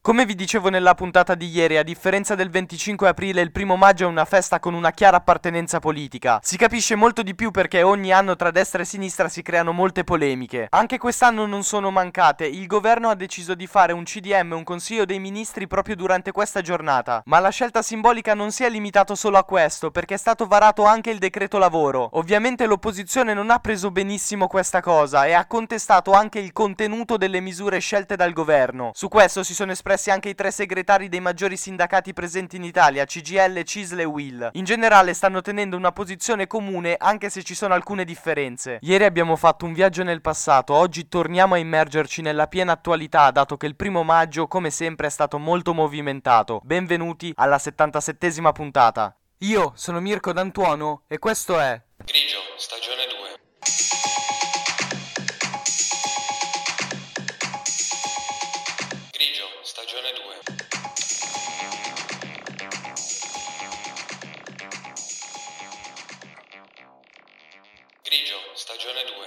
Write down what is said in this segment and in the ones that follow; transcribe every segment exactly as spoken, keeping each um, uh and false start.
Come vi dicevo nella puntata di ieri, a differenza del venticinque aprile, il primo maggio è una festa con una chiara appartenenza politica. Si capisce molto di più perché ogni anno tra destra e sinistra si creano molte polemiche. Anche quest'anno non sono mancate. Il governo ha deciso di fare un C D M, un consiglio dei ministri, proprio durante questa giornata. Ma la scelta simbolica non si è limitato solo a questo, perché è stato varato anche il decreto lavoro. Ovviamente l'opposizione non ha preso benissimo questa cosa e ha contestato anche il contenuto delle misure scelte dal governo. Su questo si sono espressi anche i tre segretari dei maggiori sindacati presenti in Italia, C G I L, C I S L e U I L. In generale stanno tenendo una posizione comune, anche se ci sono alcune differenze. Ieri abbiamo fatto un viaggio nel passato, oggi torniamo a immergerci nella piena attualità, dato che il primo maggio, come sempre, è stato molto movimentato. Benvenuti alla settantasettesima puntata. Io sono Mirko D'Antuono e questo è Grigio, stagione due. Grigio, stagione due. Grigio, stagione due.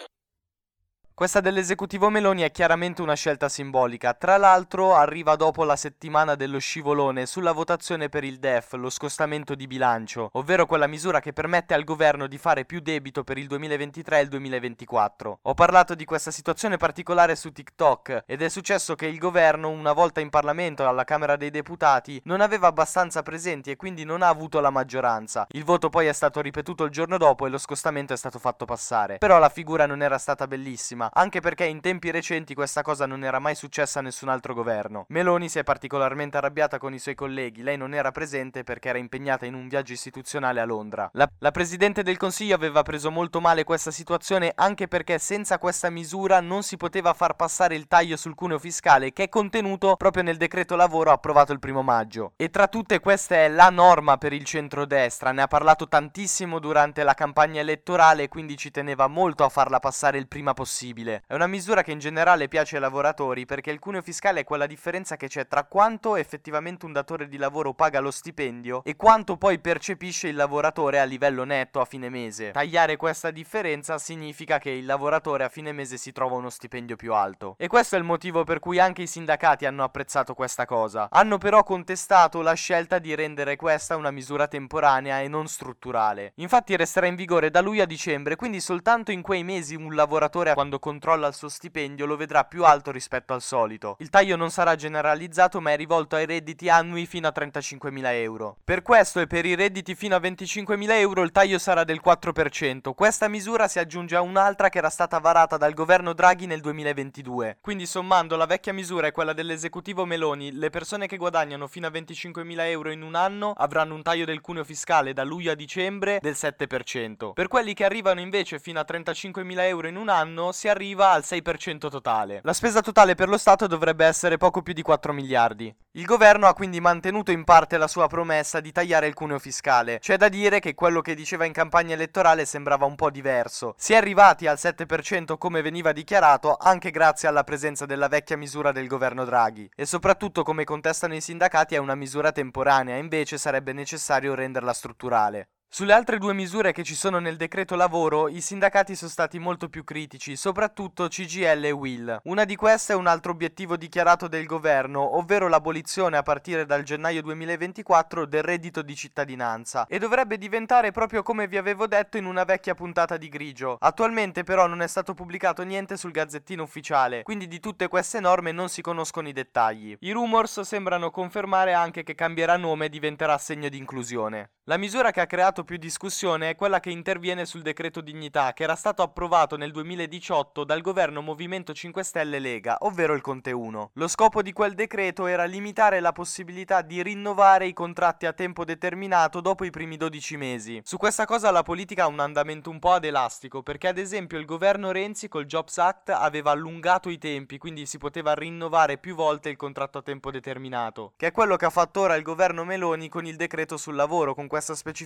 Questa dell'esecutivo Meloni è chiaramente una scelta simbolica. Tra l'altro arriva dopo la settimana dello scivolone sulla votazione per il D E F, lo scostamento di bilancio, ovvero quella misura che permette al governo di fare più debito per il duemilaventitré e il duemilaventiquattro. Ho parlato di questa situazione particolare su TikTok ed è successo che il governo, una volta in Parlamento alla Camera dei Deputati, non aveva abbastanza presenti e quindi non ha avuto la maggioranza. Il voto poi è stato ripetuto il giorno dopo e lo scostamento è stato fatto passare. Però la figura non era stata bellissima, anche perché in tempi recenti questa cosa non era mai successa a nessun altro governo. Meloni si è particolarmente arrabbiata con i suoi colleghi, lei non era presente perché era impegnata in un viaggio istituzionale a Londra. La, la Presidente del Consiglio aveva preso molto male questa situazione, anche perché senza questa misura non si poteva far passare il taglio sul cuneo fiscale che è contenuto proprio nel decreto lavoro approvato il primo maggio. E tra tutte queste è la norma per il centrodestra, ne ha parlato tantissimo durante la campagna elettorale, quindi ci teneva molto a farla passare il prima possibile. È una misura che in generale piace ai lavoratori perché il cuneo fiscale è quella differenza che c'è tra quanto effettivamente un datore di lavoro paga lo stipendio e quanto poi percepisce il lavoratore a livello netto a fine mese. Tagliare questa differenza significa che il lavoratore a fine mese si trova uno stipendio più alto. E questo è il motivo per cui anche i sindacati hanno apprezzato questa cosa. Hanno però contestato la scelta di rendere questa una misura temporanea e non strutturale. Infatti resterà in vigore da luglio a dicembre, quindi soltanto in quei mesi un lavoratore, quando controlla il suo stipendio, lo vedrà più alto rispetto al solito. Il taglio non sarà generalizzato, ma è rivolto ai redditi annui fino a trentacinquemila euro. Per questo e per i redditi fino a venticinquemila euro il taglio sarà del quattro per cento. Questa misura si aggiunge a un'altra che era stata varata dal governo Draghi nel duemilaventidue. Quindi sommando la vecchia misura e quella dell'esecutivo Meloni, le persone che guadagnano fino a venticinquemila euro in un anno avranno un taglio del cuneo fiscale da luglio a dicembre del sette per cento. Per quelli che arrivano invece fino a trentacinquemila euro in un anno si arriva al sei per cento totale. La spesa totale per lo Stato dovrebbe essere poco più di quattro miliardi. Il governo ha quindi mantenuto in parte la sua promessa di tagliare il cuneo fiscale. C'è da dire che quello che diceva in campagna elettorale sembrava un po' diverso. Si è arrivati al sette per cento come veniva dichiarato anche grazie alla presenza della vecchia misura del governo Draghi. E soprattutto, come contestano i sindacati, è una misura temporanea, invece sarebbe necessario renderla strutturale. Sulle altre due misure che ci sono nel decreto lavoro, i sindacati sono stati molto più critici, soprattutto C G I L e U I L. Una di queste è un altro obiettivo dichiarato del governo, ovvero l'abolizione a partire dal gennaio duemilaventiquattro del reddito di cittadinanza, e dovrebbe diventare, proprio come vi avevo detto in una vecchia puntata di Grigio. Attualmente però non è stato pubblicato niente sul Gazzettino ufficiale, quindi di tutte queste norme non si conoscono i dettagli. I rumors sembrano confermare anche che cambierà nome e diventerà assegno di inclusione. La misura che ha creato più discussione è quella che interviene sul decreto dignità, che era stato approvato nel duemiladiciotto dal governo Movimento cinque Stelle Lega, ovvero il Conte uno. Lo scopo di quel decreto era limitare la possibilità di rinnovare i contratti a tempo determinato dopo i primi dodici mesi. Su questa cosa la politica ha un andamento un po' ad elastico, perché ad esempio il governo Renzi col Jobs Act aveva allungato i tempi, quindi si poteva rinnovare più volte il contratto a tempo determinato, che è quello che ha fatto ora il governo Meloni con il decreto sul lavoro, con questa specifica misura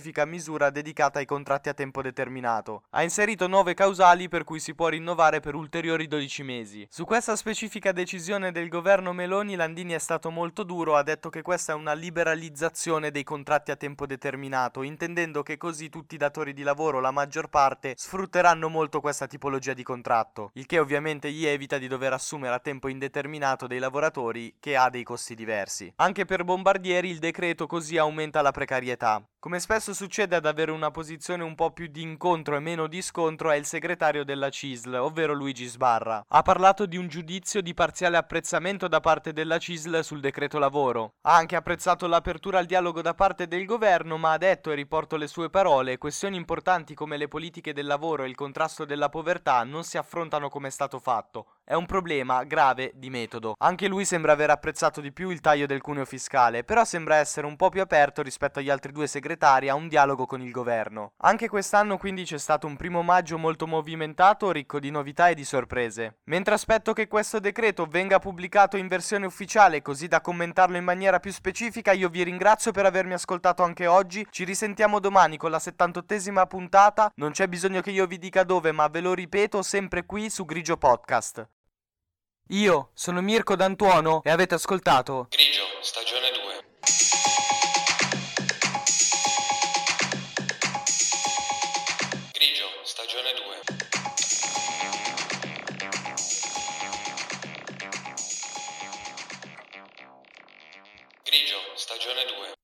misura dedicata ai contratti a tempo determinato. Ha inserito nuove causali per cui si può rinnovare per ulteriori dodici mesi. Su questa specifica decisione del governo Meloni Landini è stato molto duro, ha detto che questa è una liberalizzazione dei contratti a tempo determinato, intendendo che così tutti i datori di lavoro, la maggior parte, sfrutteranno molto questa tipologia di contratto, il che ovviamente gli evita di dover assumere a tempo indeterminato dei lavoratori che ha dei costi diversi. Anche per Bombardieri il decreto così aumenta la precarietà. Come spesso succede, ad avere una posizione un po' più di incontro e meno di scontro è il segretario della C I S L, ovvero Luigi Sbarra. Ha parlato di un giudizio di parziale apprezzamento da parte della C I S L sul decreto lavoro. Ha anche apprezzato l'apertura al dialogo da parte del governo, ma ha detto, e riporto le sue parole, questioni importanti come le politiche del lavoro e il contrasto della povertà non si affrontano come è stato fatto. È un problema grave di metodo. Anche lui sembra aver apprezzato di più il taglio del cuneo fiscale, però sembra essere un po' più aperto rispetto agli altri due segretari a un dialogo con il governo. Anche quest'anno quindi c'è stato un primo maggio molto movimentato, ricco di novità e di sorprese. Mentre aspetto che questo decreto venga pubblicato in versione ufficiale così da commentarlo in maniera più specifica, io vi ringrazio per avermi ascoltato anche oggi. Ci risentiamo domani con la settantottesima puntata. Non c'è bisogno che io vi dica dove, ma ve lo ripeto, sempre qui su Grigio Podcast. Io sono Mirko D'Antuono e avete ascoltato Grigio, stagione due. Grigio, stagione due. Grigio, stagione due.